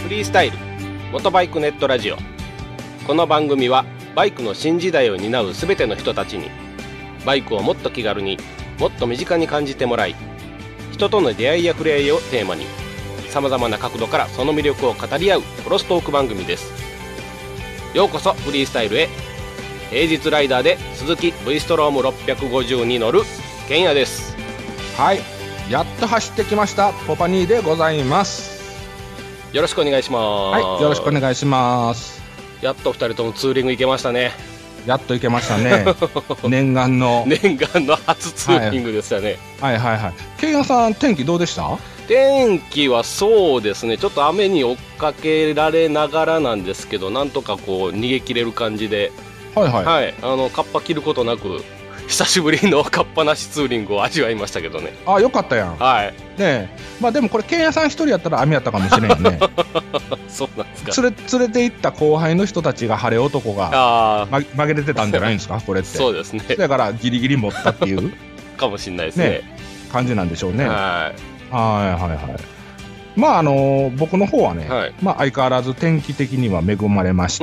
フリースタイル元バイクネットラジオ。この番組はバイクの新時代を担うすべての人たちにバイクをもっと気軽にもっと身近に感じてもらい、人との出会いや触れ合いをテーマにさまざまな角度からその魅力を語り合うクロストーク番組です。ようこそフリースタイルへ。平日ライダーで鈴木 V ストローム650に乗るケンヤです。 はい、やっと走ってきましたポパニーでございます。 よろしくお願いします。 はい、よろしくお願いします。 やっと2人ともツーリング行けましたね。 やっと行けましたね念願の初ツーリングでしたね。 はいはいはい。ケンヤさん、天気どうでした？ 天気はそうですね、ちょっと雨に追っかけられながらなんですけど、なんとかこう逃げ切れる感じで、 はいはい、 はい、カッパ着ることなく久しぶりのカッパなしツーリングを味わいましたけどね。 あ、よかったやん。 はい。 ねえ、まあでもこれケンヤさん一人やったら雨やったかもしれんよねそうなんですか。 連れて行った後輩の人たちが晴れ男が曲げれてたんじゃないんですかこれって。 そうですね。 だからギリギリ持ったっていうかもしれないですね。 感じなんでしょうね。 はいはいはいはい。まあ僕の方はね、 はい、 まあ相変わらず天気的には恵まれまして、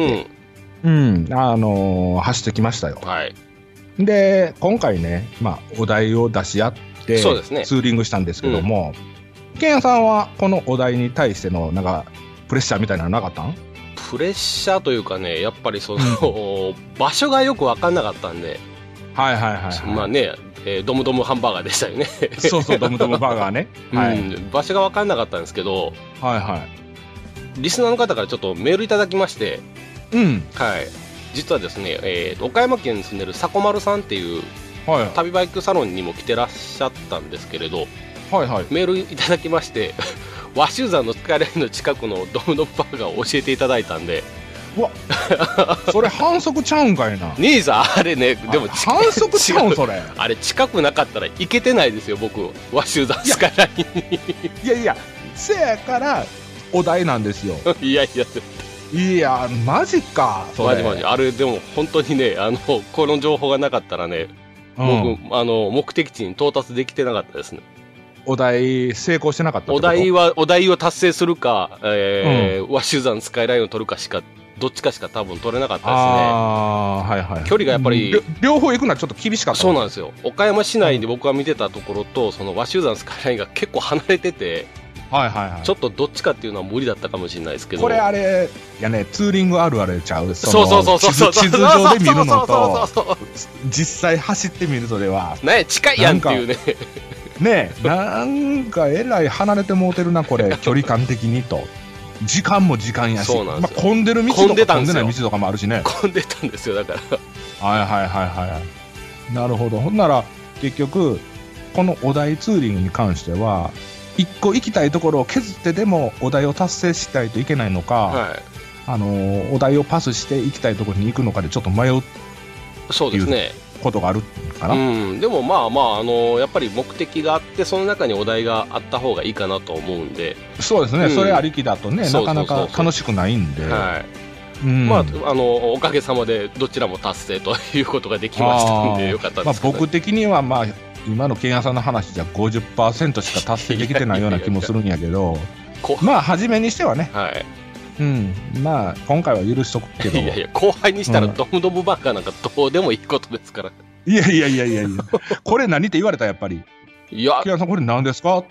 走ってきましたよ。 はい。 で今回ね、まあお題を出し合ってそうですね、 ツーリングしたんですけども、ケンヤさんはこのお題に対してのなんかプレッシャーみたいなのなかったん？ プレッシャーというかね、やっぱりその、場所がよく分かんなかったんで、 はいはいはい、はい、 まあね、ドムドムハンバーガーでしたよねそうそう、ドムドムバーガーね、はい、 場所が分かんなかったんですけど、 はいはい、 リスナーの方からちょっとメールいただきまして、はい、実はですね、岡山県に住んでるさこまるさんっていう、はい、旅バイクサロンにも来てらっしゃったんですけれど、はいはい、メールいただきまして和州山のスカイラインの近くのドムドムバーガーを教えていただいたんで、 うわそれ反則ちゃうんかいな兄さん。あれね、でも反則ちゃうんそれあれ近くなかったら行けてないですよ僕、和州山スカイラインに。 いやいや、せやからお題なんですよいやいやいや、マジかそれ。 マジあれでも本当にね、この情報がなかったらね、僕目的地に到達できてなかったですね。お題成功してなかったってこと？お題を達成するか、和州山スカイラインを取るかしか、どっちかしか多分取れなかったですね。 はいはい。 距離がやっぱり両方行くのはちょっと厳しかった。 そうなんですよ。岡山市内で僕が見てたところと、その和州山スカイラインが結構離れてて、はいはいはい、ちょっとどっちかっていうのは無理だったかもしれないですけど、 これあれいやね、ツーリングあるあるちゃう。 そう地図上で見るのと実際走ってみるとではね、近いやんっていうねねえ、なんかえらい離れてもうてるなこれ距離感的にと。時間も時間やし、 そうなんですよ、 混んでる道とか混んでない道とかもあるしね。 混んでたんですよ、だからはいはいはいはい。なるほど。ほんなら結局このお題ツーリングに関しては一個行きたいところを削ってでもお題を達成したいといけないのか、はい、お題をパスして行きたいところに行くのかでちょっと迷うっていうことがあるかな。 でもまあまあ、やっぱり目的があってその中にお題があった方がいいかなと思うんで。そうですね、それありきだとね、なかなか楽しくないんで、はい、まあおかげさまでどちらも達成ということができましたんでよかったですけど、 僕的にはまあ今のケンヤさんの話じゃ 50% しか達成できてないような気もするんやけどまあ初めにしてはね、はい、まあ今回は許しとくけど、 いやいや後輩にしたらドムドムバーガーなんかどうでもいいことですから。 いやこれ何って言われた。やっぱりいや、ケンヤさんこれ何ですかって。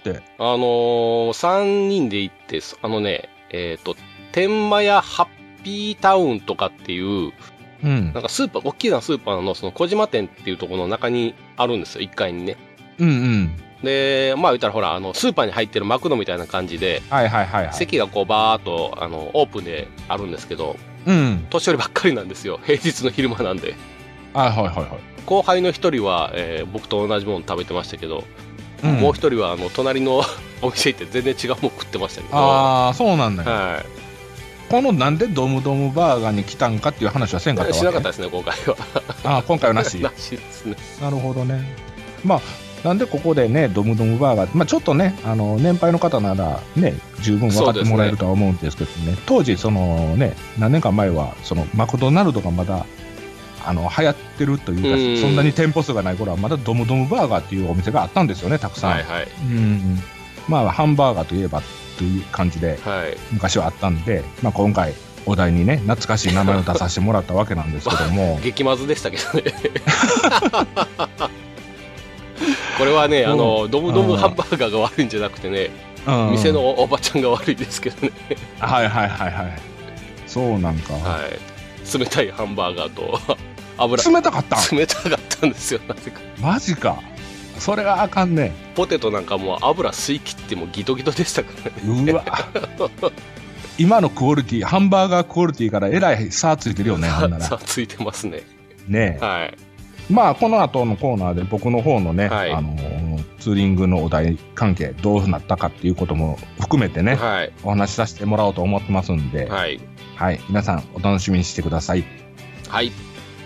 3人で行って天満屋ハッピータウンとかっていうなんか大きなスーパーのその小島店っていうところの中にあるんですよ、1階にね。で、まあ言ったらほら、スーパーに入ってるマクドみたいな感じで、席がこうバーっとオープンであるんですけど、年寄りばっかりなんですよ、平日の昼間なんで。後輩の一人は、僕と同じもの食べてましたけど、もう一人は隣のお店行って全然違うもの食ってましたけど。 ああ、そうなんだよ。 はい。 このなんでドムドムバーガーに来たんかっていう話はせんかったわけ？ しなかったですね、今回は。 今回はなしなしですね。 なるほどね。まあなんでここでねドムドムバーガー、まあちょっとね年配の方ならね十分分かってもらえるとは思うんですけどね、当時そのね何年か前はそのマクドナルドがまだ流行ってるというか、そんなに店舗数がない頃はまだドムドムバーガーっていうお店があったんですよね、たくさん。まあハンバーガーといえばという感じで、昔はあったんで、まあ、今回お題にね懐かしい名前を出させてもらったわけなんですけども激まずでしたけどねこれはねドムドムハンバーガーが悪いんじゃなくてね、店のおばちゃんが悪いですけどねはいはいはいはい、そうなんか、 冷たいハンバーガーと油冷たかったんですよ、なぜか。 マジか、それはあかんね。 ポテトなんかもう油吸い切ってもギトギトでしたからね。 うわ今のクオリティ、ハンバーガークオリティからえらい差ついてるよね。 差ついてますね。 ねえ。まあこの後のコーナーで僕の方のね、ツーリングのお題関係どうなったかっていうことも含めてね、お話しさせてもらおうと思ってますんで、皆さんお楽しみにしてください。 はい。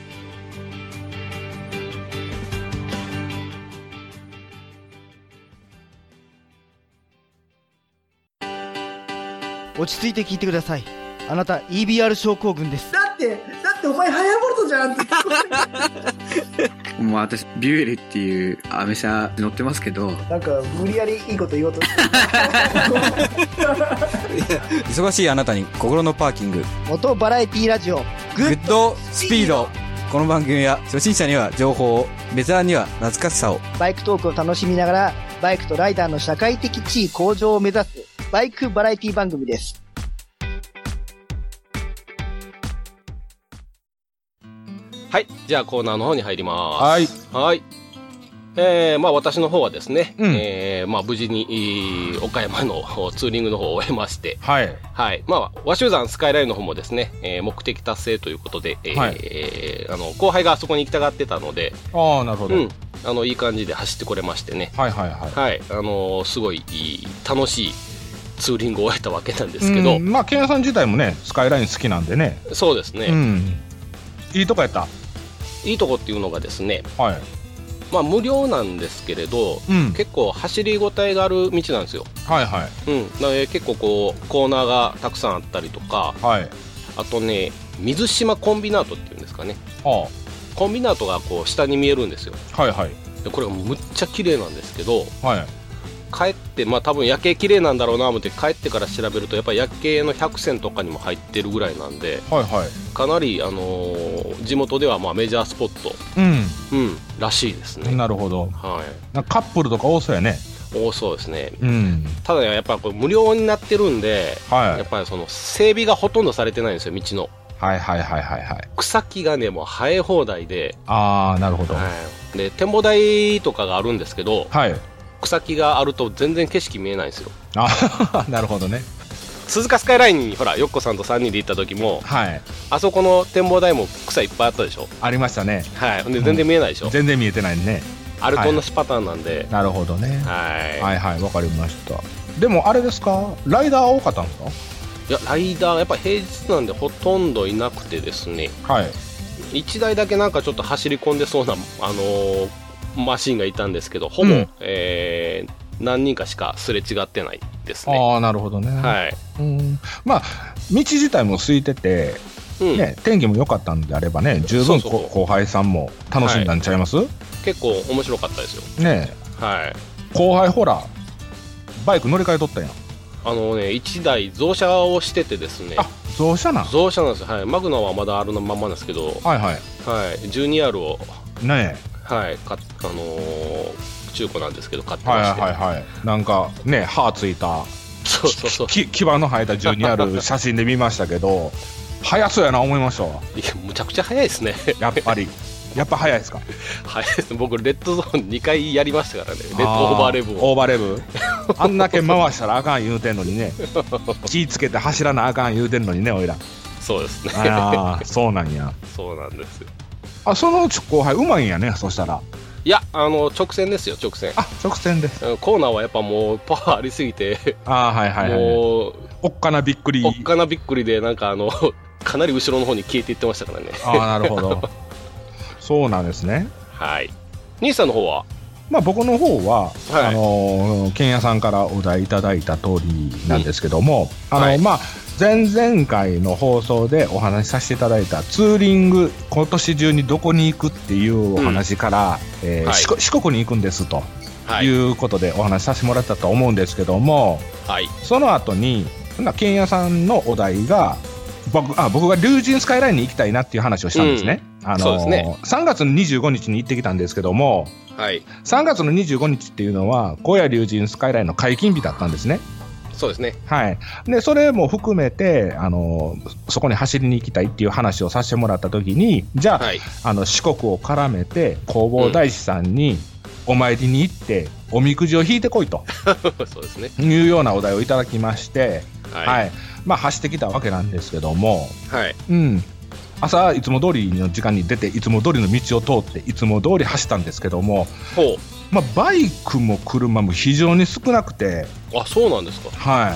落ち着いて聞いてください。あなた EBR 症候群です。 だってお前ハヤボルトじゃんってもう私ビュエルっていうアメ車乗ってますけど、 なんか無理やりいいこと言おうとして忙しいあなたに心のパーキング、 元バラエティラジオグッドスピード。この番組は初心者には情報を、ベテランには懐かしさを、 バイクトークを楽しみながらバイクとライダーの社会的地位向上を目指すバイクバラエティ番組です。 はい、じゃあコーナーの方に入ります。はい。まあ私の方はですね、まあ無事に岡山のツーリングの方を終えまして、まあ和州山スカイラインの方もですね、目的達成ということで、後輩があそこに行きたがってたので、 なるほど、 いい感じで走ってこれましてね、すごい楽しいツーリングを終えたわけなんですけど、 まあケンヤさん自体もねスカイライン好きなんでね。 そうですね、 いいとこやった。 いいとこっていうのがですね、まあ無料なんですけれど、結構走りごたえがある道なんですよ。結構こうコーナーがたくさんあったりとか、あとね水島コンビナートっていうんですかね、コンビナートがこう下に見えるんですよ。でこれがむっちゃ綺麗なんですけど、帰ってまあ多分夜景綺麗なんだろうなと思って帰ってから調べるとやっぱり夜景の100選とかにも入ってるぐらいなんで、かなり地元ではまあメジャースポット、らしいですね。 なるほど。なんかカップルとか多そうやね。 多そうですね。ただやっぱこれ無料になってるんで、やっぱりその整備がほとんどされてないんですよ、道の。草木がねもう生え放題で。 なるほど。 で展望台とかがあるんですけど、草木があると全然景色見えないんですよ。 なるほどね。 鈴鹿スカイラインにほらよっこさんと3人で行った時も、あそこの展望台も草いっぱいあったでしょ。 ありましたね。 で全然見えないでしょ。 全然見えてないね。 あれと同じパターンなんで。 なるほどね。わかりました。でもあれですか、ライダー多かったんですか。 いやライダーやっぱ平日なんでほとんどいなくてですね、1台だけなんかちょっと走り込んでそうなマシンがいたんですけど、ほぼ、何人かしかすれ違ってないですね。 なるほどね。まあ道自体も空いてて、天気も良かったんであればね、十分後輩さんも楽しんだんちゃいます。 結構面白かったですよね。後輩ほらバイク乗り換えとったやん。 1台増車をしててですね。 増車なんですよ。マグナはまだあるままなんですけど、12R を中古なんですけど買ってまして、 なんかね刃ついた牙の生えた12R 写真で見ましたけど速そうやな思いましたわ。 いやむちゃくちゃ速いですね。 やっぱ速いですか。 速いですね。僕レッドゾーン2回やりましたからね。レッドオーバーレブを。 オーバーレブあんだけ回したらあかん言うてんのにね気つけて走らなあかん言うてんのにね、おいら。 そうですね。 そうなんや。 そうなんですよ。 その後輩うまいんやね。そしたらいや直線ですよ。直線。 直線です。 コーナーはやっぱもうパワーありすぎてもうおっかなびっくりでなんかかなり後ろの方に消えていってましたからね。 なるほどそうなんですね。 兄さんの方は僕の方はケンヤさんからお題いただいた通りなんですけども、前々回の放送でお話しさせていただいたツーリング今年中にどこに行くっていうお話から、四国に行くんですということでお話しさせてもらったと思うんですけども、 はい。 その後に剣屋さんのお題が僕が龍神スカイラインに行きたいなっていう話をしたんですね。 そうですね。 3月の25日に行ってきたんですけども、 はい、 3月の25日っていうのは高野龍神スカイラインの解禁日だったんですね。 そうですね。 はい。でそれも含めてそこに走りに行きたいっていう話をさせてもらった時に、じゃあ、はい、四国を絡めて弘法大師さんにお参りに行っておみくじを引いてこいとそうですね。 いうようなお題をいただきまして、 はい、 はい、まあ走ってきたわけなんですけども、 はい、 朝いつも通りの時間に出ていつも通りの道を通っていつも通り走ったんですけども、バイクも車も非常に少なくて。 あ、そうなんですか。 はい。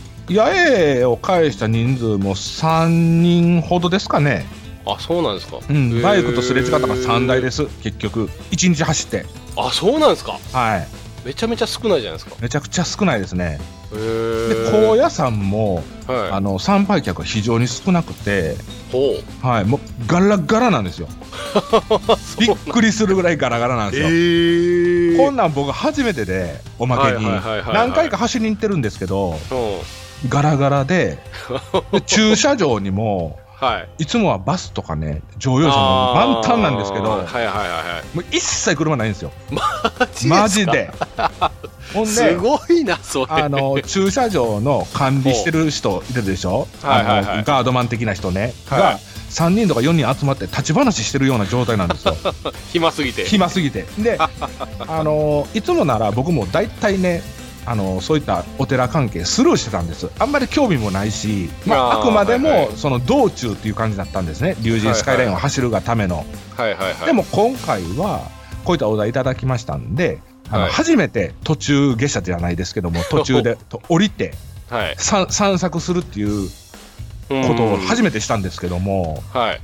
八重を返した人数も3人ほどですかね。 あ、そうなんですか。 バイクとすれ違ったのが3台です。結局1日走って。 あ、そうなんですか。 はい。 めちゃめちゃ少ないじゃないですか。 めちゃくちゃ少ないですね。で高野山も、はい、参拝客が非常に少なくて、はい、もうガラガラなんですよびっくりするぐらいガラガラなんですよ。こんなん僕初めてでおまけに何回か走りに行ってるんですけど、ガラガラで駐車場にもはい、いつもはバスとかね乗用車も満タンなんですけど、もう一切車ないんですよ。マジで。ほんですごいなそれ。 駐車場の管理してる人いるでしょ、ガードマン的な人ね、が3人とか4人集まって立ち話してるような状態なんですよ。 暇すぎてでいつもなら僕も大体ねそういったお寺関係スルーしてたんです。あんまり興味もないし、あくまでもその道中っていう感じだったんですね。龍神スカイラインを走るがための。でも今回はこういったお題いただきましたんで、初めて途中下車じゃないですけども途中で降りて、散策するっていうことを初めてしたんですけども、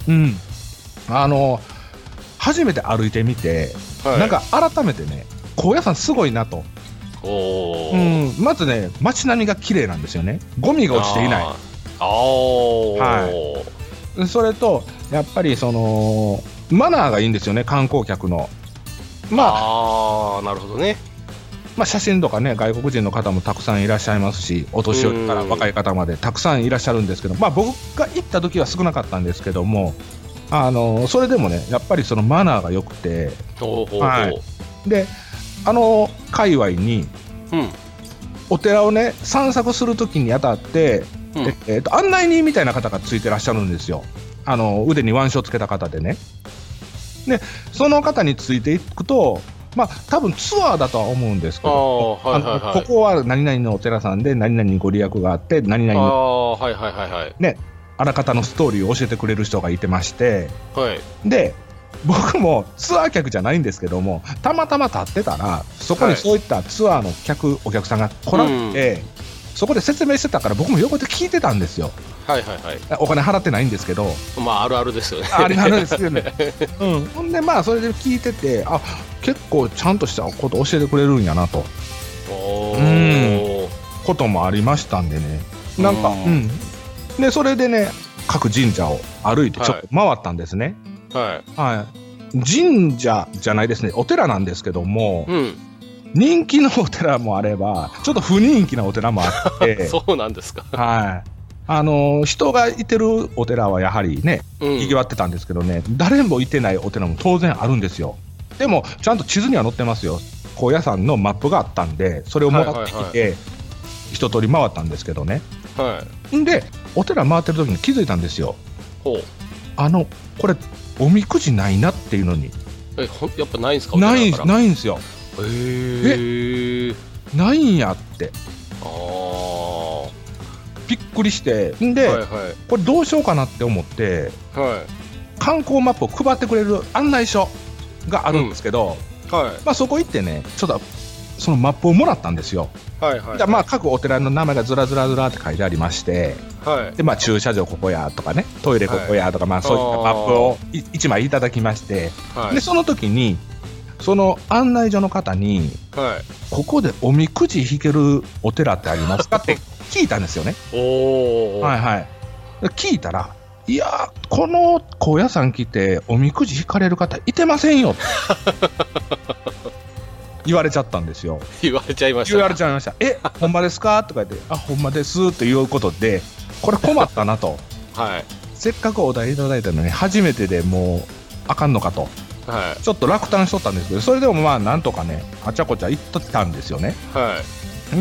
初めて歩いてみて、なんか改めてね高野山すごいなと。まずね街並みが綺麗なんですよね。ゴミが落ちていない。それとやっぱりそのマナーがいいんですよね、観光客の。 なるほどね。 写真とかね外国人の方もたくさんいらっしゃいますし、お年寄りから若い方までたくさんいらっしゃるんですけど、僕が行った時は少なかったんですけども、それでもねやっぱりそのマナーが良くて、で界隈に、お寺をね散策するときにあたって、案内人みたいな方がついてらっしゃるんですよ。腕に腕章つけた方でね。でその方についていくと、多分ツアーだとは思うんですけど、ここは何々のお寺さんで何々にご利益があって何々ねあらかたのストーリーを教えてくれる人がいてまして、で僕もツアー客じゃないんですけども、たまたま立ってたらそこにそういったツアーのお客さんが来られて、そこで説明してたから僕も横で聞いてたんですよ。お金払ってないんですけど、 あるあるですよね。 あるあるですよね。ほんでそれで聞いてて、結構ちゃんとしたこと教えてくれるんやなとこともありましたんでね、なんかでそれでね各神社を歩いてちょっと回ったんですね。神社じゃないですね、お寺なんですけども、人気のお寺もあればちょっと不人気なお寺もあってそうなんですか。 人がいてるお寺はやはりね賑わってたんですけどね、誰もいてないお寺も当然あるんですよ。でもちゃんと地図には載ってますよ。高野山のマップがあったんでそれをもらってきて一通り回ったんですけどね。でお寺回ってる時に気づいたんですよ。これおみくじないなっていうのに。 やっぱないんですか。 ないんですよ。ないんやって。びっくりしてんで、これどうしようかなって思って、観光マップを配ってくれる案内所があるんですけど、そこ行ってねちょっとそのマップをもらったんですよ。各お寺の名前がずらずらずらって書いてありまして、で駐車場ここやとかねトイレここやとか、そういったマップを1枚いただきまして、でその時にその案内所の方に、ここでおみくじ引けるお寺ってありますかって聞いたんですよね。聞いたら、いやこの高野山来ておみくじ引かれる方いてませんよ言われちゃったんですよ。 言われちゃいました。 言われちゃいました。ほんまですかとか言って、ほんまですということで、これ困ったなと。 はい。 せっかくお題いただいたのに、初めてでもう、あかんのかと。はい。ちょっと落胆しとったんですけど、それでもまあ、なんとかね、あちゃこちゃ言っとったんですよね。 はい。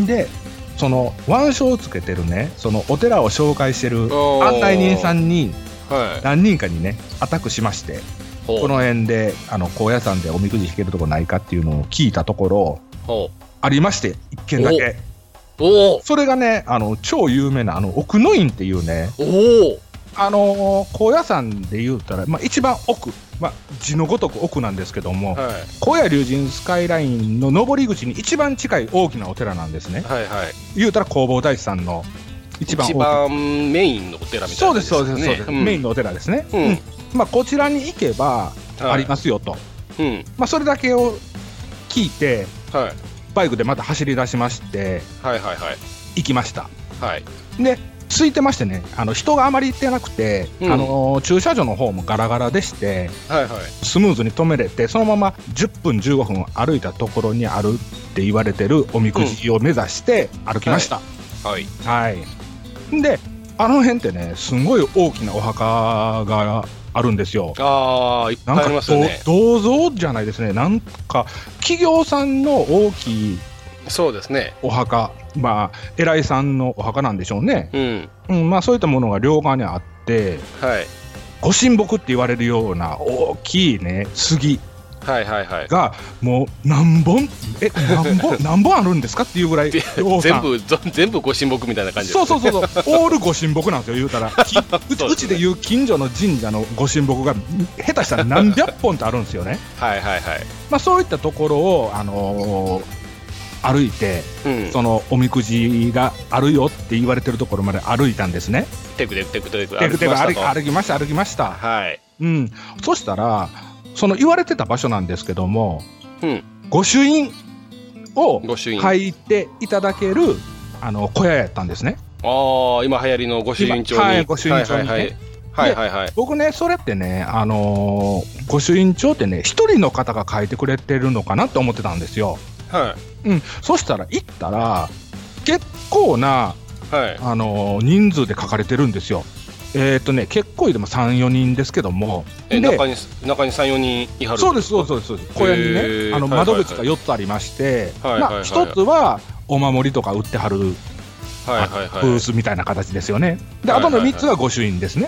で、その、腕章をつけてるね、そのお寺を紹介してる案内人さんに、何人かにね、アタックしまして、この辺で高野山でおみくじ引けるとこないかっていうのを聞いたところありまして、一軒だけ。それがね超有名な奥の院っていうね、高野山で言うたら、一番奥、字のごとく奥なんですけども、高野龍神スカイラインの上り口に一番近い大きなお寺なんですね。言うたら弘法大師さんの一番メインのお寺みたいな、ね、 そうですそうですそうです、メインのお寺ですね。こちらに行けばありますよと、それだけを聞いて、バイクでまた走り出しまして、行きました。で空いてましてね、人があまり行ってなくて、駐車場の方もガラガラでして、スムーズに止めれて、そのまま10分15分歩いたところにあるって言われてるおみくじを目指して歩きました。で辺ってね、すんごい大きなお墓があるんですよ。 いっぱいありますよね。 銅像じゃないですね。なんか企業さんの大きい、 そうですね、 お墓、偉いさんのお墓なんでしょうね。そういったものが両側にあって、ご神木って言われるような大きいね杉がもう何本あるんですかっていうぐらい全部ご神木みたいな感じです、ね、 そうオールご神木なんですよ。言うたらうちでいう近所の神社のご神木が下手したら何百本とあるんですよね。そういったところを歩いて、そのおみくじがあるよって言われてるところまで歩いたんですね。 テクテク歩きました。そしたらその言われてた場所なんですけども、御朱印を書いていただける小屋やったんですね。 今流行りの御朱印帳に。 御朱印帳にね。僕ね、それってね、御朱印帳ってね、一人の方が書いてくれてるのかなって思ってたんですよ。そしたら行ったら結構な、人数で書かれてるんですよ。結構でも 3,4 人ですけども、 中に 3,4 人いはる。 そうです小屋にね、窓口が4つありまして、1つはお守りとか売ってはるブースみたいな形ですよね。であとの3つは御朱印ですね。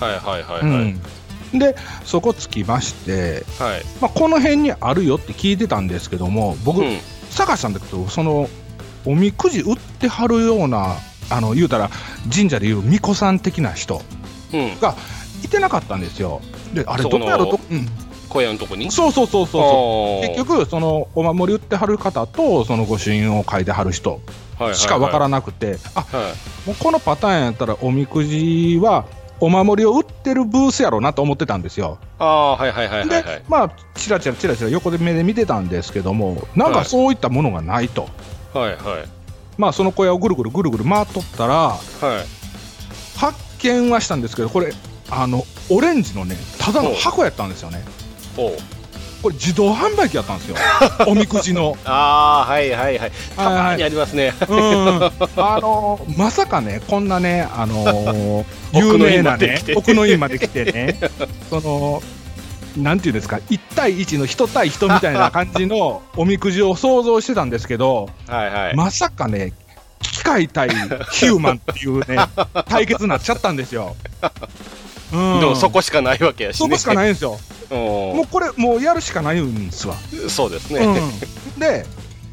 でそこ着きまして、この辺にあるよって聞いてたんですけども、僕、探したんだけど、そのおみくじ売ってはるような言うたら神社でいう巫女さん的な人がいてなかったんですよ。であれどこやろと、 小屋のとこに。 そう結局そのお守り売ってはる方とその御朱印を書いてはる人しか分からなくて、もうこのパターンやったらおみくじはお守りを売ってるブースやろうなと思ってたんですよ。でチラチラ横で目で見てたんですけども、なんかそういったものがないと。その小屋をぐるぐる回っとったら、発見はしたんですけど、これオレンジのねただの箱やったんですよね。これ自動販売機やったんですよおみくじの。 たまにありますね。 まさかねこんなね有名なね奥の院まで来てねそのなんていうんですか、1対1の人対人みたいな感じのおみくじを想像してたんですけど、まさかね機械対ヒューマンっていうね対決になっちゃったんですよ。 でもそこしかないわけやしね。 そこしかないんですよ。もうこれもうやるしかないんですわ。 そうですね。 で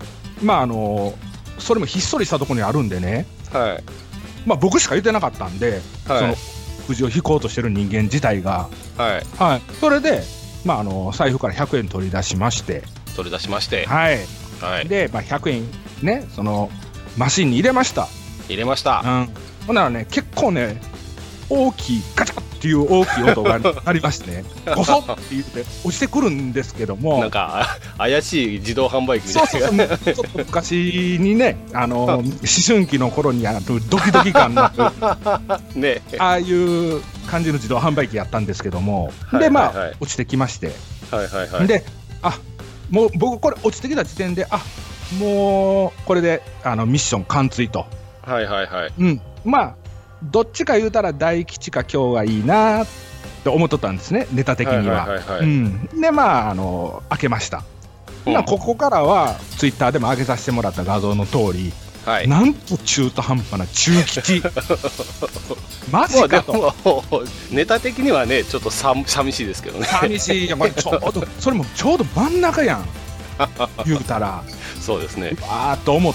それもひっそりしたところにあるんでね、僕しか言ってなかったんで、そのくじを引こうとしてる人間自体が、それで、財布から100円取り出しまして、で、100円ね、そのマシンに入れました。ほんならね、結構ね大きいガチャっていう大きい音がありましてねゴソッって言って落ちてくるんですけども、 なんか怪しい自動販売機みたいな。 ちょっと昔にね思春期の頃にドキドキ感のねああいう感じの自動販売機やったんですけども、で落ちてきまして、でもう僕これ落ちてきた時点でもうこれでミッション完遂と。 はいはいはい。 うん、まあどっちか言うたら大吉か今日がいいなって思っとったんですね、ネタ的には。でまあ開けました。ここからはツイッターでも上げさせてもらった画像の通り、はい、なんと中途半端な中吉マジかと。 ネタ的にはねちょっと寂しいですけどね。 寂しい。やっぱりちょうどそれもちょうど真ん中やん言うたらそうですね。 わーっと思って、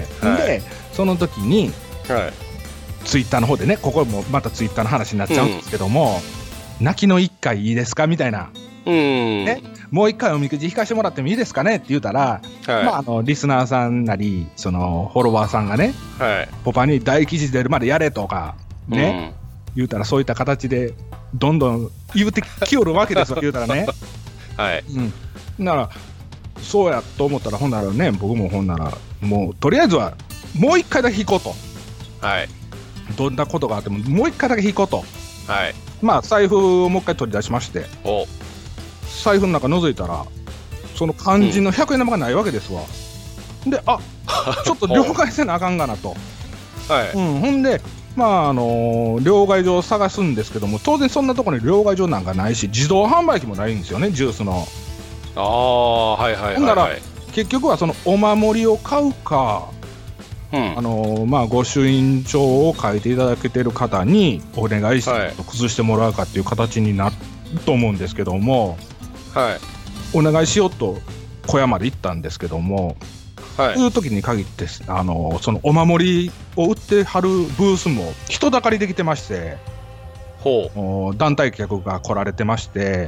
はい、でその時に、はい、ツイッターの方でね、ここもまたツイッターの話になっちゃうんですけども、泣きの1回いいですかみたいな、ね、もう1回おみくじ引かしてもらってもいいですかねって言うたら、はい、リスナーさんなりそのフォロワーさんがね、はい、ポパに大吉出るまでやれとかね、言うたらそういった形でどんどん言うてきよるわけですよ言うたらねはい、 ならそうやと思ったら、ほんならね、僕もほんならもうとりあえずはもう1回だけ引こうと、はい、どんなことがあってももう1回だけ引こうと、はい、まあ財布をもう1回取り出しまして、財布の中覗いたらその肝心の100円玉がないわけですわ。でちょっと両替せなあかんがなと、はい、ほんでまあ両替所を探すんですけども、当然そんなところに両替所なんかないし自動販売機もないんですよね、ジュースの。 はいはいはいはい。 ほんなら結局はそのお守りを買うか、まあ御朱印帳を書いていただけてる方にお願いして崩してもらうかっていう形になると思うんですけども、はい、お願いしようと小屋まで行ったんですけども、はい、そういう時に限ってそのお守りを売ってはるブースも人だかりできてまして、団体客が来られてまして、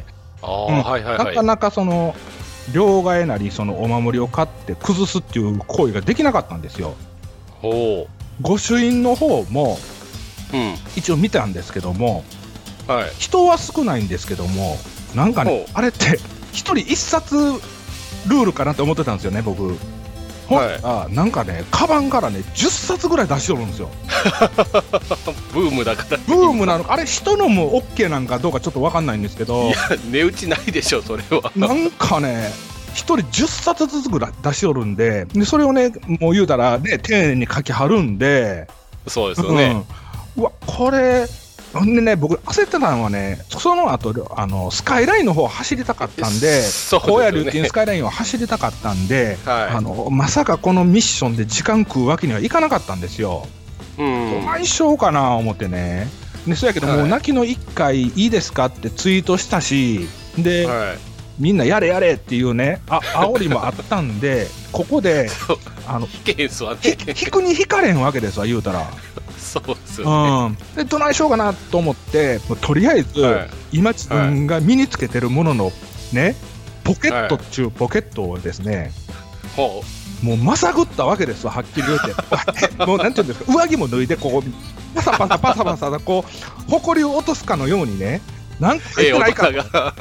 なかなかその両替なりそのお守りを買って崩すっていう行為ができなかったんですよ。御朱印の方も、一応見たんですけども、はい、人は少ないんですけども、なんかね、あれって1人1冊ルールかなって思ってたんですよね僕。なんかね、カバンからね10冊ぐらい出しとるんですよブームだから。 ブームなのかあれ、人のも OK なんかどうかちょっと分かんないんですけど、 いや値打ちないでしょそれは。 なんかね1人10冊ずつぐらい出しおるんで、それをねもう言うたらね丁寧に書きはるんで。 そうですよね、 うわこれほんでね、僕焦ってたのはね、その後スカイラインの方を走りたかったんで、高野竜っていうスカイラインを走りたかったんで、まさかこのミッションで時間食うわけにはいかなかったんですよ。どないしようかな思ってね。でそうやけど、もう泣きの1回いいですかってツイートしたし、で、みんなやれやれっていうね煽りもあったんでここで引けへんすわね。 引くに引かれんわけですわ言うたら。 そうですよね。 でどないしようかなと思って、とりあえず、今自分が身につけてるもののねポケットっちゅうポケットをですね、もうまさぐったわけですわ、はっきり言ってもうなんていうんですか、上着も脱いでこうパサパサパサパサこうほこりを落とすかのようにね、なんか言ってないか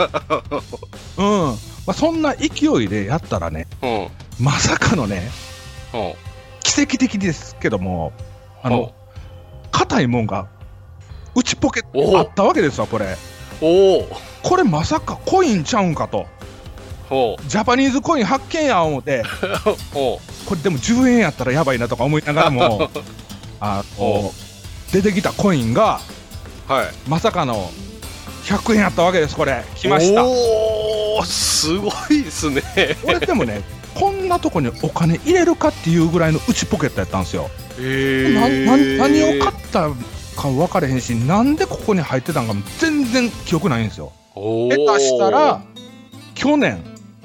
そんな勢いでやったらね、まさかのね、奇跡的ですけども硬いもんが内ポケットにあったわけですわ。これまさかコインちゃうんかと、ジャパニーズコイン発見や思ってこれでも10円やったらやばいなとか思いながらも出てきたコインが、まさかの100円やったわけです。これ来ました。 すごいですね。 俺でもねこんなとこにお金入れるかっていうぐらいの内ポケットやったんですよ。何を買ったか分かれへんし、なんでここに入ってたんかも全然記憶ないんですよ。下手したら去年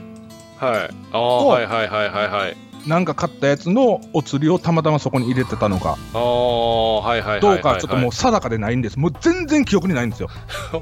なんか買ったやつのお釣りをたまたまそこに入れてたのかどうかちょっともう定かでないんです。もう全然記憶にないんですよで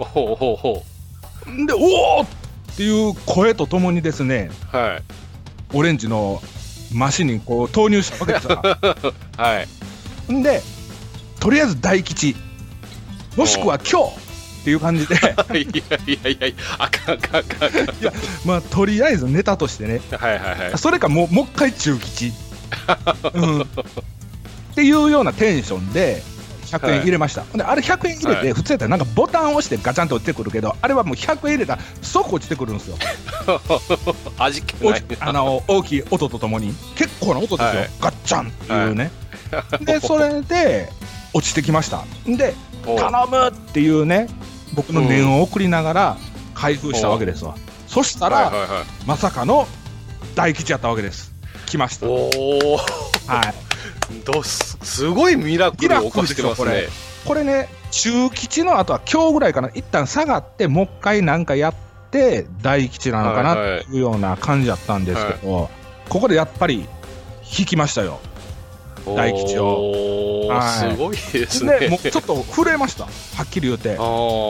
おーっていう声とともにですね、オレンジのマシンにこう投入したわけですよ。んでとりあえず大吉もしくは今日っていう感じでいやあかんいやまあとりあえずネタとしてね、それかもう一回中吉っていうようなテンションで 100円入れました。で、あれ100円入れて、普通やったらなんかボタンを押してガチャンと落ちてくるけど、あれはもう100円入れたら即落ちてくるんですよ。 味気ない大きい音とともに。結構な音ですよ。ガッチャンっていうね。で、それで落ちてきました。で、頼むっていうね、僕の念を送りながら開封したわけですわ。そしたら、まさかの大吉やったわけです。来ました。 おー。はい。すごいミラクルを起こしてますね。 これね、中吉の後は今日ぐらいかな、一旦下がってもう一回なんかやって大吉なのかなっていうような感じだったんですけど、ここでやっぱり引きましたよ、大吉を。 すごいですね。 もうちょっと震えました、はっきり言うて。で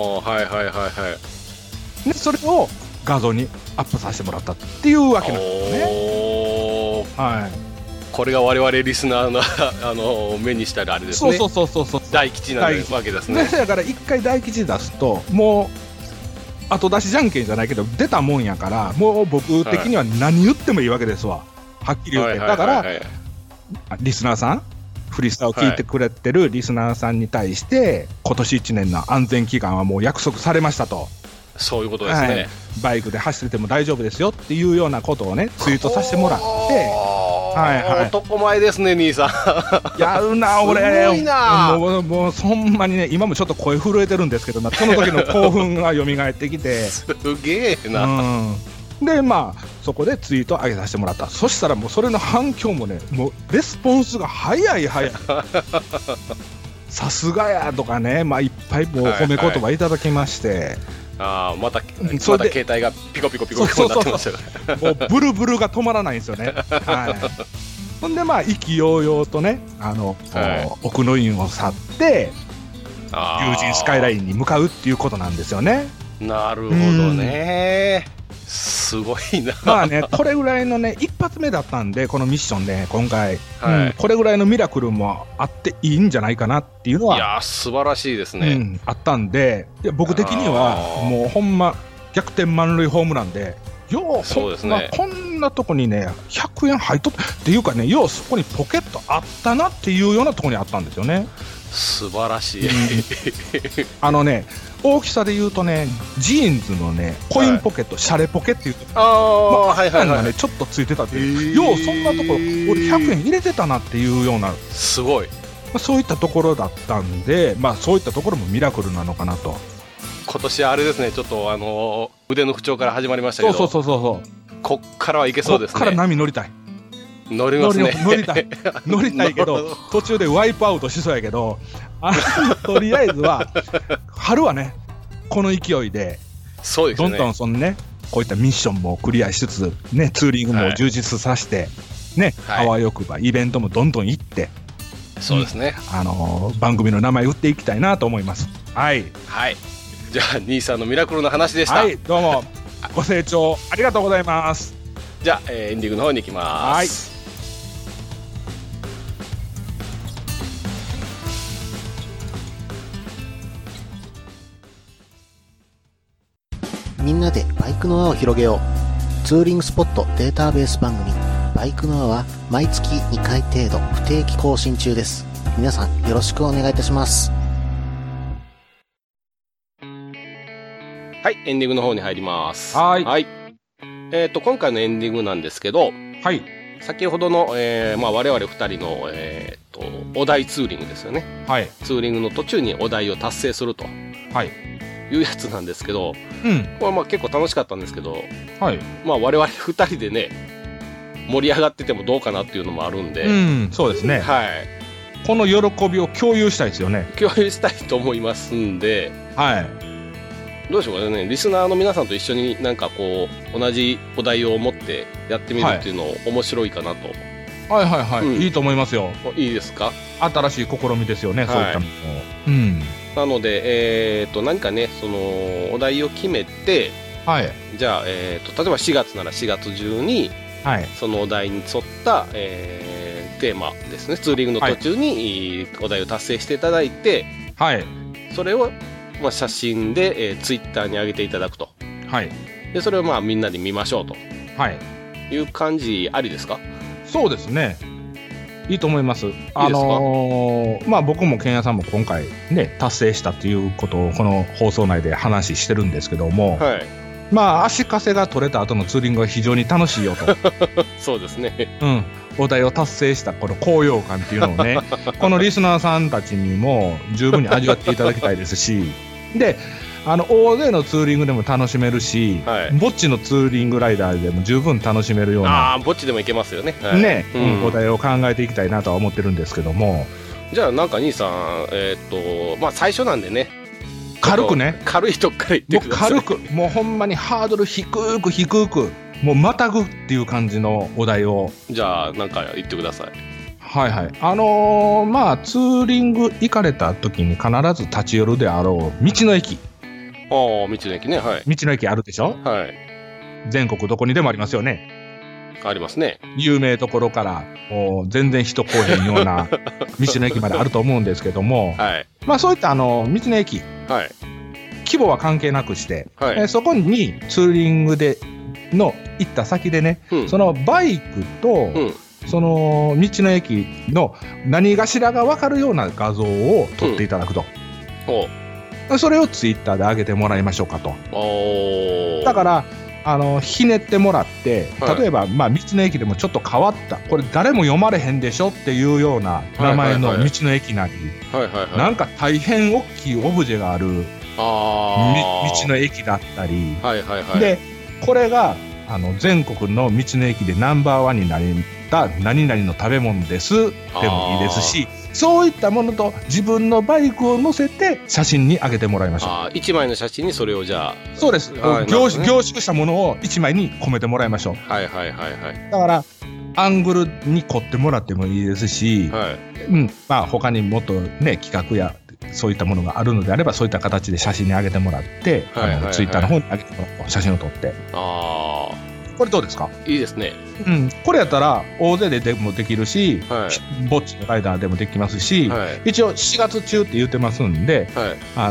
それを画像にアップさせてもらったっていうわけなんですね。はい。 これが我々リスナーの目にしたらあれですね。そう大吉なわけですね。 だから一回大吉出すともう後出しじゃんけんじゃないけど出たもんやから、もう僕的には何言ってもいいわけですわ、はっきり言って。だからリスナーさん、フリースターを聞いてくれてるリスナーさんに対して今年1年の安全祈願はもう約束されましたと。 そういうことですね。 バイクで走ってても大丈夫ですよっていうようなことをねツイートさせてもらって、 男前ですね、兄さん。 やるな俺。 すごいな。 もうそんなにね、今もちょっと声震えてるんですけど、その時の興奮が蘇ってきてすげえな。 でまあそこでツイート上げさせてもらった。そしたらもうそれの反響もね、もうレスポンスが早いさすがやとかね、まあいっぱいもう褒め言葉いただきまして、 また携帯がピコピコピコピコになってましたもうブルブルが止まらないんですよね。ほんでまあ意気揚々とね、奥の院を去って龍神スカイラインに向かうっていうことなんですよね。 なるほどね。すごいな。 まあね、これぐらいのね一発目だったんで、このミッションで今回、これぐらいのミラクルもあっていいんじゃないかなっていうのは、 いや素晴らしいですね、 あったんで、いや僕的にはもうほんま逆転満塁ホームランで、 そうですね、 こんなとこにね100円入っとっていうかね、ようそこにポケットあったなっていうようなところにあったんですよね。 素晴らしい。 大きさで言うとね、ジーンズのねコインポケット、シャレポケっていうと、がねちょっとついてたっていう、ようそんなところ俺100円入れてたなっていうような、 すごい、 そういったところだったんで、まあそういったところもミラクルなのかなと。 今年あれですね、ちょっと腕の不調から始まりましたけど、こっからはいけそうですね。 こっから波乗りたい。 乗りますね。 乗りたいけど途中でワイプアウトしそうやけど、とりあえずは春はねこの勢いでどんどんそのねこういったミッションもクリアしつつね、ツーリングも充実させてね、あわよくばイベントもどんどん行って、 そうですね、 番組の名前打っていきたいなと思います。はい、 じゃあ兄さんのミラクルの話でした。 はい、どうもご清聴ありがとうございます。 じゃあ、エンディングの方に行きます。 みんなでバイクの輪を広げよう。ツーリングスポットデータベース番組バイクの輪は毎月2回程度不定期更新中です。皆さんよろしくお願いいたします。 はい、エンディングの方に入ります。 はい。 今回のエンディングなんですけど、先ほどの、我々2人の、お題ツーリングですよね。ツーリングの途中にお題を達成すると。いうやつなんですけど、これまあ結構楽しかったんですけど、まあ我々2人でね盛り上がっててもどうかなっていうのもあるんで、 そうですね。この喜びを共有したいですよね。 共有したいと思いますんで、どうでしょうかね、リスナーの皆さんと一緒になんかこう同じお題を持ってやってみるっていうの面白いかなと。 いいと思いますよ。 いいですか。 新しい試みですよね、そういったのも。 なので、何かね、そのお題を決めて、じゃあ、例えば4月なら4月中に、そのお題に沿った、テーマですね、ツーリングの途中に、お題を達成していただいて、それを、まあ、写真で、ツイッターに上げていただくと。でそれをまあみんなで見ましょうと。いう感じありですか。 そうですね。 いいと思います。まあ僕もケンヤさんも今回ね達成したっていうことをこの放送内で話してるんですけども、はい、まあ足かせが取れた後のツーリングは非常に楽しいよと。 そうですね。 うん。お題を達成したこの高揚感っていうのをね、このリスナーさんたちにも十分に味わっていただきたいですし、で。大勢のツーリングでも楽しめるし、はい、ぼっちのツーリングライダーでも十分楽しめるような、 ぼっちでもいけますよね。 はい、ね、お題を考えていきたいなとは思ってるんですけども。 じゃあなんか兄さん、まあ最初なんでね、 軽くね、 軽いとこからいってください。 もう軽く、もうほんまにハードル低く、もうまたぐっていう感じのお題を。 じゃあなんか言ってください。 はいはい。まあツーリング行かれた時に必ず立ち寄るであろう道の駅。 道の駅ね、はい。 道の駅あるでしょ。はい。全国どこにでもありますよね。 ありますね。 有名ところから全然人来へんような道の駅まであると思うんですけども、はい、まあそういった道の駅、はい、規模は関係なくして、はい、そこにツーリングでの行った先でね、うん、そのバイクと、うん、その道の駅の何がしらが分かるような画像を撮っていただくと。それをツイッターで上げてもらいましょうかと。だからひねってもらって、例えば、まあ、道の駅でもちょっと変わったこれ誰も読まれへんでしょっていうような名前の道の駅なり、なんか大変大きいオブジェがある道の駅だったり、でこれが全国の道の駅でナンバーワンになった何々の食べ物ですでもいいですし、そういったものと自分のバイクを乗せて写真に上げてもらいましょう。 1枚の写真にそれをじゃあ。 そうです。凝縮したものを1枚に込めてもらいましょう。はいはいはいはい。だからアングルに凝ってもらってもいいですし、はい、うん、まあ他にもっとね企画やそういったものがあるのであればそういった形で写真に上げてもらって、ツイッターの方に上げてもらって写真を撮って。これどうですか？ いいですね。 うん、これやったら大勢でもできるし、はい、ぼっちのライダーでもできますし、はい、一応4月中って言ってますんで、はい、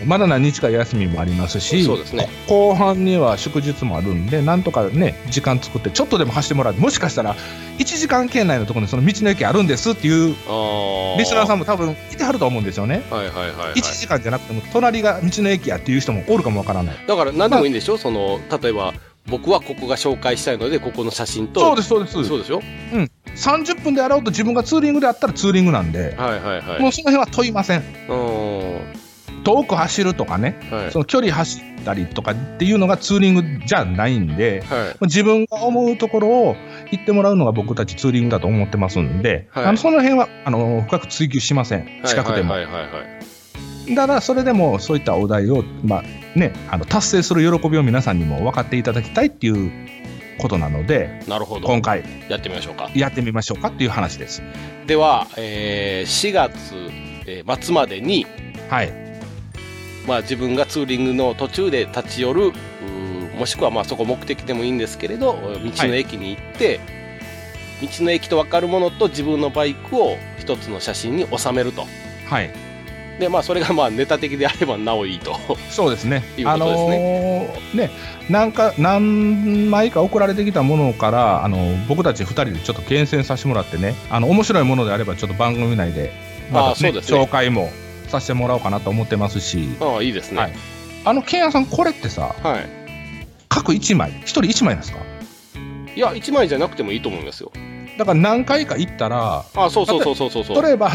まだ何日か休みもありますし、そうですね、後半には祝日もあるんで、なんとかね時間作ってちょっとでも走ってもらって、もしかしたら1時間圏内のところにその道の駅あるんですっていうリスナーさんも多分いてはると思うんですよね。1時間じゃなくても隣が道の駅やっていう人もおるかもわからない。 だから何でもいいんでしょ、例えば僕はここが紹介したいのでここの写真と。 そうでしょ。うん。30分で洗うと自分がツーリングであったらツーリングなんで、もうその辺は問いません。遠く走るとかね、その距離走ったりとかっていうのがツーリングじゃないんで、自分が思うところを行ってもらうのが僕たちツーリングだと思ってますんで、その辺は深く追求しません。近くでも。だからそれでもそういったお題を、まあね、達成する喜びを皆さんにも分かっていただきたいっていうことなので、 なるほど、 今回やってみましょうかっていう話です。 では、4月末までに、はい、まあ、自分がツーリングの途中で立ち寄る、もしくはまあそこ目的でもいいんですけれど、道の駅に行って、道の駅と分かるものと自分のバイクを一つの写真に収めると。はい。でまあ、それがまあネタ的であればなおいいと。 そうですね。 いうことですね。 ね、何枚か送られてきたものから僕たち2人でちょっと厳選させてもらってね、面白いものであればちょっと番組内でまた、ね、紹介もさせてもらおうかなと思ってますし。 いいですね。 はい、ケンヤさんこれってさ、はい、各1枚1人1枚ですか？ いや1枚じゃなくてもいいと思いますよ。 だから何回か行ったら、そう例えば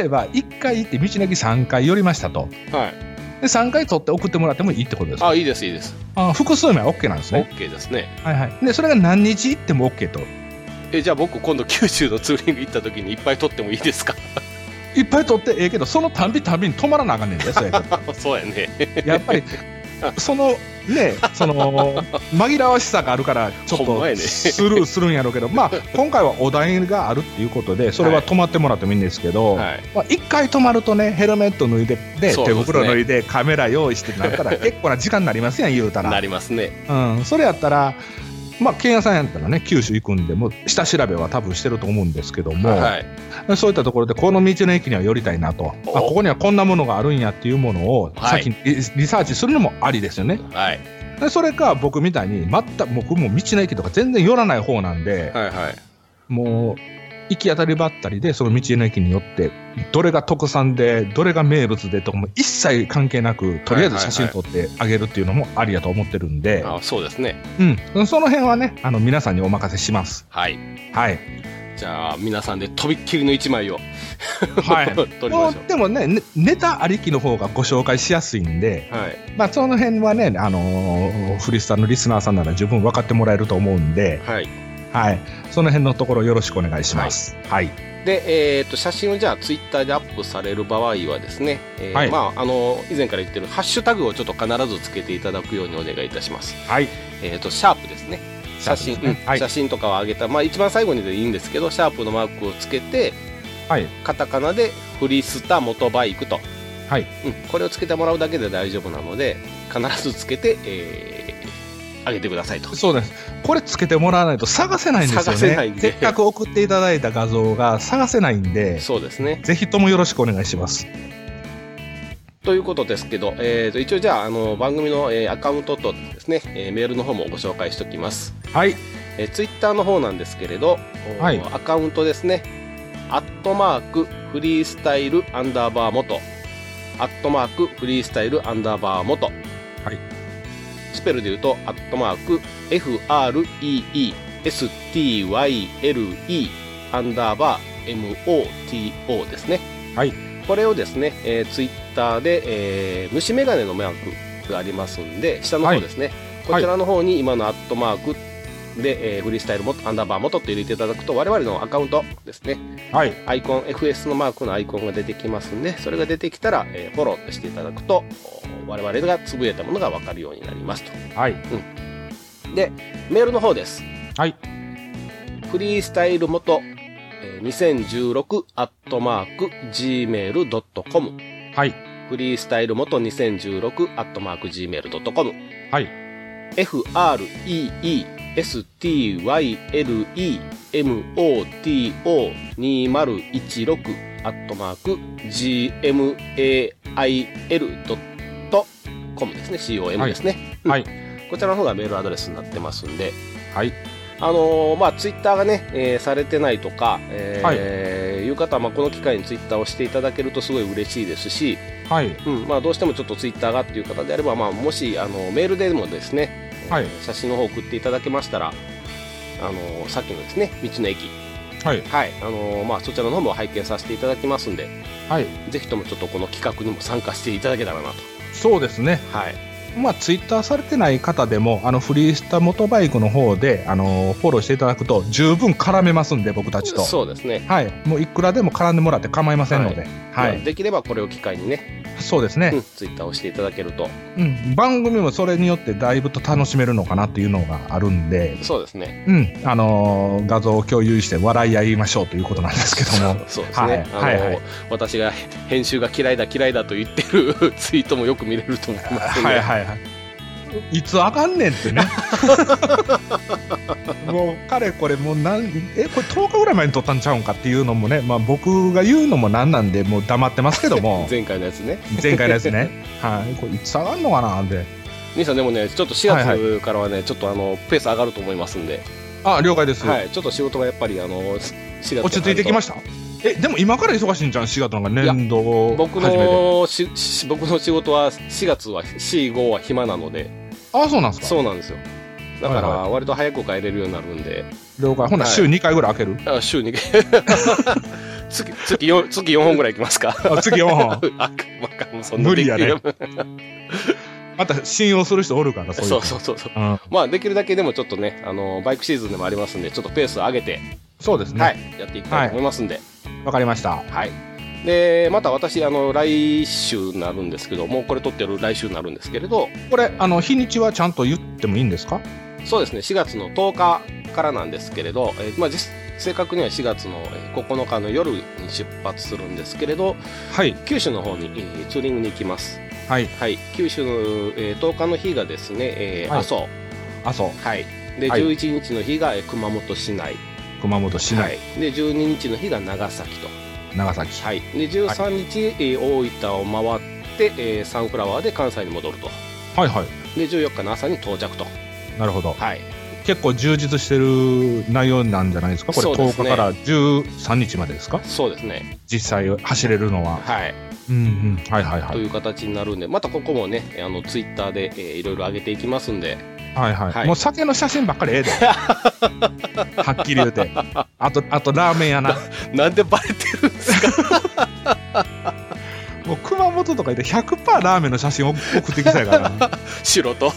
1回行って道の駅3回寄りましたと、はい、で3回取って送ってもらってもいいってことですか？ いいです。 複数枚 OK なんですね。 OK ですね。 はいはい。でそれが何日行っても OK と。 じゃあ僕今度九州のツーリング行った時にいっぱい取ってもいいですか？ いっぱい取ってええけど、そのたんびに止まらなあかんねんで。 そうやね。 やっぱりその紛らわしさがあるからちょっとスルーするんやろうけど、まあ今回はお題があるっていうことでそれは止まってもらってもいいんですけど、まあ、1回止まるとね、ヘルメット脱いで、手袋脱いでカメラ用意してなったら結構な時間になりますやん、言うたら。 なりますね。 それやったらまあ、ケンヤさんやったらね、九州行くんでも下調べは多分してると思うんですけども、そういったところでこの道の駅には寄りたいなと、ここにはこんなものがあるんやっていうものを先にリサーチするのもありですよね。でそれか僕みたいに僕も道の駅とか全然寄らない方なんで、もう行き当たりばったりで、その道の駅によって、どれが特産で、どれが名物でとかも一切関係なく、とりあえず写真撮ってあげるっていうのもありやと思ってるんで。 あ、そうですね。 うん。その辺はね、皆さんにお任せします。 はい。 はい。 じゃあ、皆さんでとびっきりの1枚を。 はい。 撮りましょう。 でもね、ネタありきの方がご紹介しやすいんで、 はい。 まあ、その辺はね、フリスタのリスナーさんなら十分分かってもらえると思うんで、 はい。 はい。その辺のところよろしくお願いします。はい。 で、写真をじゃあツイッターでアップされる場合はですね、 はい、 まあ、以前から言ってるハッシュタグをちょっと必ずつけていただくようにお願いいたします。 はい。 シャープですね。写真、はい、写真とかを上げた、まあ一番最後にでいいんですけど、シャープのマークをつけて、はい。カタカナでフリスタモトバイクと。はい。これをつけてもらうだけで大丈夫なので、必ずつけて、上げてくださいと。 そうです。これつけてもらわないと探せないんですよね。探せないんで。せっかく送っていただいた画像が探せないんで。 そうですね。 ぜひともよろしくお願いします。 ということですけど、一応じゃあ、番組の、アカウントとですね、メールの方もご紹介しておきます。 はい。 ツイッターの方なんですけれど、はい、アカウントですね。フリースタイルアンダーバー元。フリースタイルアンダーバー元。はい。スペルで言うと、FREESTYLE アンダーバー MOTO ですね。はい。これをですね、ツイッターで、虫眼鏡のマークがありますんで、下の方ですね。はい、こちらの方に今のアットマークで、フリースタイルアンダーバー元って入れていただくと、我々のアカウントですね。はい。アイコン、FS のマークのアイコンが出てきますんで、それが出てきたら、フォローしていただくと、我々がつぶやいたものが分かるようになりますと。はい。で、メールの方です。はい。フリースタイル元、2016@gmail.com。はい。フリースタイル元2016@gmail.com。はい。FREESTYLE2016@gmail.com ですね。COM ですね。はい。こちらの方がメールアドレスになってますんで。はい。まあ、ツイッターがね、されてないとか、はい、いう方は、まあ、この機会にツイッターをしていただけるとすごい嬉しいですし、はい。まあ、どうしてもちょっとツイッターがっていう方であれば、まあ、もし、メールでもですね、はい、写真の方を送っていただけましたら、さっきのですね、道の駅。はい。はい。まあ、そちらの方も拝見させていただきますんで、はい。ぜひともちょっとこの企画にも参加していただけたらなと。そうですね。はい。まあ、ツイッターされてない方でも、フリースタモトバイクの方で、フォローしていただくと、十分絡めますんで、僕たちと。そうですね。はい。もういくらでも絡んでもらって構いませんので。はい。はい、できればこれを機会にね。そうですね。ツイッターをしていただけると。番組もそれによってだいぶと楽しめるのかなっていうのがあるんで。そうですね。画像を共有して笑い合いましょうということなんですけども。そうですね。はい。私が編集が嫌いだと言ってるツイートもよく見れると思いますので。はいはいはい。いつあかんねんってね。もうかれこれもうこれ10日ぐらい前に撮ったんちゃうんかっていうのもね、まあ僕が言うのもなんなんでもう黙ってますけども。前回のやつね。前回のやつね。はい。これいつ上がんのかなって。兄さんでもね、ちょっと4月からはね、ちょっとペース上がると思いますんで。あ、了解です。はい。ちょっと仕事がやっぱり4月落ち着いてきました。でも今から忙しいんじゃん、4月なんか年度僕の仕事は4月は4、5は暇なので。あ、そうなんですか。そうなんですよ。だから割と早く帰れるようになるんで。了解。ほな週2回ぐらい開ける？あ、週2回。月4本ぐらい行きますか。月4本。無理やね。また信用する人おるから、そう。まあできるだけでもちょっとね、バイクシーズンでもありますんで、ちょっとペースを上げて。そうですね。はい。やっていきたいと思いますんで。わかりました。はい。で、また私、来週になるんですけど、もうこれ撮ってる来週になるんですけれど。これ、日にちはちゃんと言ってもいいんですか？そうですね。4月の10日からなんですけれど、まあ、正確には4月の9日の夜に出発するんですけれど、はい。九州の方にツーリングに行きます。はい。はい。九州の10日の日がですね、阿蘇。阿蘇。はい。で、11日の日が熊本市内。熊本市内。はい。で、12日の日が長崎と。長崎。はい。で、13日、大分を回って、サンフラワーで関西に戻ると。はいはい。で、14日の朝に到着と。なるほど。はい。 結構充実してる内容なんじゃないですかこれ。10日から13日までですか。 そうですね。 実際走れるのは。 はい。 はいはいはい。 という形になるんで、またここもね、ツイッターで、いろいろ上げていきますんで。 はいはい。もう酒の写真ばっかりええで。はっきり言うて。あとラーメン屋な。 なんでバレてるんですか。 もう熊本とかで 100% ラーメンの写真送ってきたからな。 白と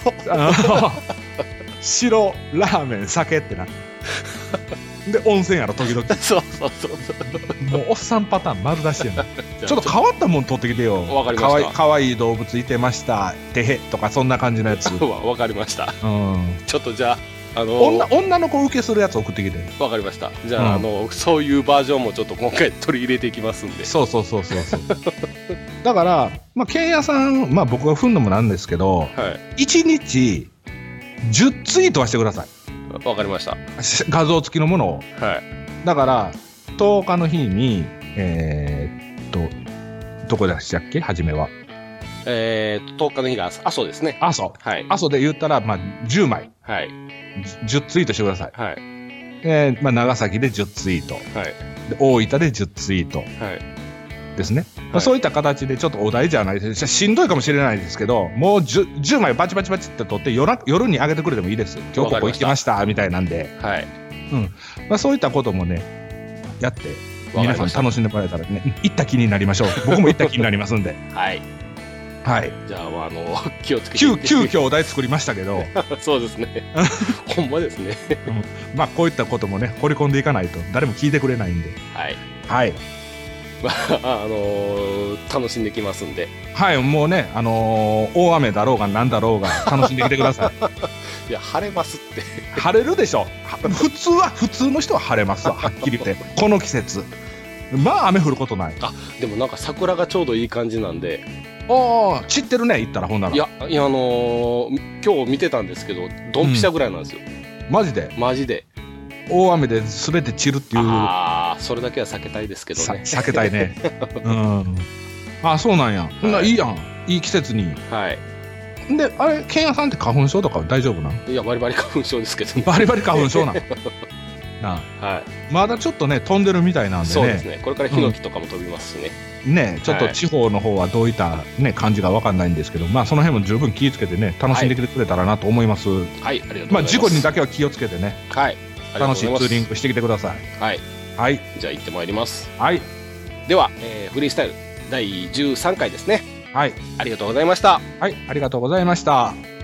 白ラーメン酒ってな。で温泉やろ時々。 そうもうおっさんパターン丸出してんの。ちょっと変わったもん取ってきてよ。 わかりました。 かわいい動物いてましたてへとかそんな感じのやつ。 わかりました。ちょっとじゃあ女の子受けするやつ送ってきて。 わかりました。じゃあ、そういうバージョンもちょっと今回取り入れていきますんで。 そうだから剣屋さん僕が踏んのもなんですけど、1日10ツイートはしてください。 わかりました。 画像付きのものを。だから10日の日にどこでしたっけ初めは。 10日の日が阿蘇ですね。 阿蘇で言ったら10枚。10ツイートしてください。長崎で10ツイート。で大分で10ツイート。ですね。そういった形でちょっとお題じゃないです。しんどいかもしれないですけど、もう 10枚バチバチって取って夜に上げてくれてもいいです。今日ここ行きましたみたいなんで。そういったこともねやって皆さん楽しんでもらえたらね、行った気になりましょう。僕も行った気になりますんで。 じゃあ気をつけて。 急遽お題作りましたけど。 そうですね。ほんまですね。 こういったこともね掘り込んでいかないと誰も聞いてくれないんで。 楽しんできますんで。 もうね大雨だろうがなんだろうが楽しんできてください。いや晴れますって。 晴れるでしょ。普通の人は晴れますわ。はっきり言ってこの季節雨降ることない。 でもなんか桜がちょうどいい感じなんで。 散ってるね行ったらほんなら。 いや今日見てたんですけどドンピシャぐらいなんですよ。 マジで大雨で全て散るっていう。 それだけは避けたいですけどね。 避けたいね。そうなんや。いいやん。いい季節に。であれ剣屋さんって花粉症とか大丈夫なん？ いやバリバリ花粉症ですけどね。 バリバリ花粉症なんまだちょっとね飛んでるみたいなんでね。 そうですね。これからヒノキとかも飛びますしね。 ちょっと地方の方はどういった感じが分かんないんですけど、その辺も十分気をつけてね楽しんできてくれたらなと思います。 ありがとうございます。 事故にだけは気をつけてね。楽しいツーリングしてきてください。 じゃあ行ってまいります。 では、フリースタイル第13回ですね。 ありがとうございました。 ありがとうございました。